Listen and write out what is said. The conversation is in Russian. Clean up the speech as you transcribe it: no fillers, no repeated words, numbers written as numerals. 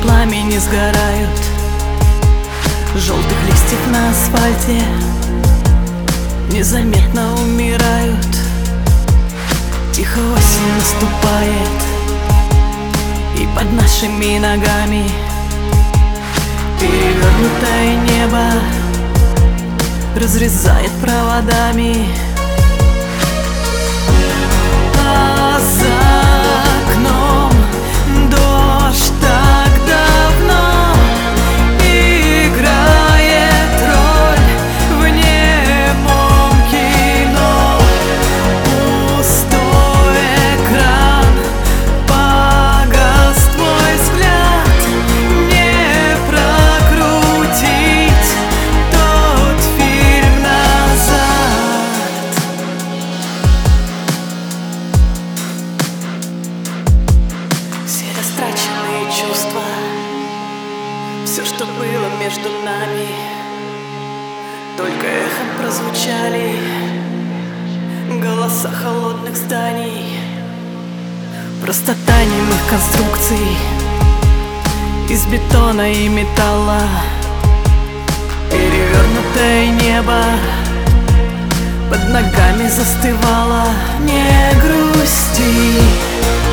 пламени сгорают, желтых листьев на асфальте незаметно умирают. Тихо осень наступает, и под нашими ногами перевернутое небо разрезает проводами. А за окном дождь так давно играет роль в немом кино. Пустой экран, погас твой взгляд, не прокрутить тот фильм назад. Все растраченные чувства, все, что было между нами, только эхом прозвучали голоса холодных зданий. Простота немых конструкций из бетона и металла, перевернутое небо под ногами застывало. Не грусти,